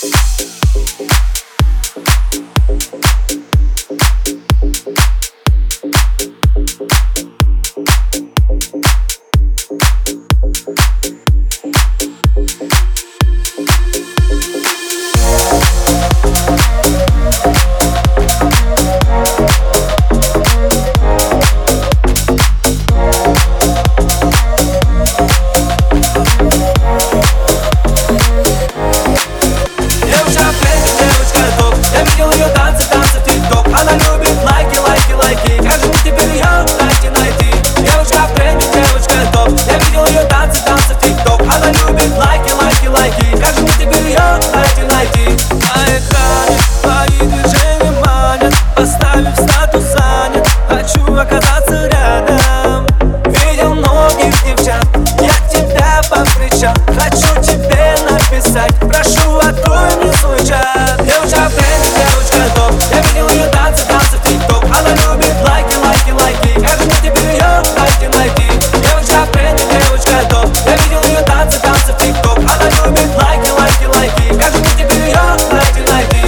Оказаться рядом. Видел многих девчат, я тебя повстречал. Хочу тебе написать, прошу, открой мне свой чат. Девушка Фрэнни, девушка топ, я видел ее танцы в ТикТок. Она любит лайки, лайки, лайки. Как же мне теперь ее найти? Девушка Фрэнни, девушка топ, я видел ее танцы в ТикТок. Она любит лайки, лайки, лайки. Как же мне теперь ее найти?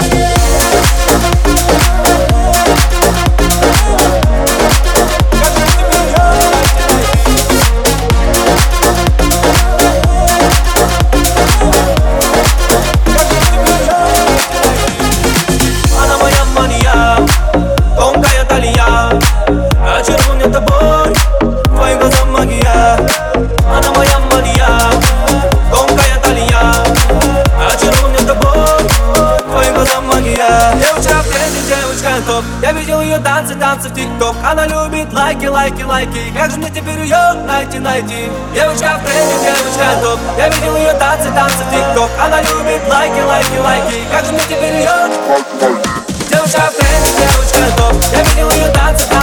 Очарован я тобой, твоим глазам магия. Она моя мания, тонкая талия. Очарован я тобой, твоим глазам магия. Девушка Фрэнни, девушка топ, я видел ее танцы в ТикТок. Она любит лайки, лайки, лайки. Как же мне теперь ее найти? Девушка Фрэнни, девушка топ, я видел ее танцы в ТикТок. Она любит лайки, лайки, лайки. Как же мне теперь ее? Девушка Фрэнни, девушка топ, я видел ее танцы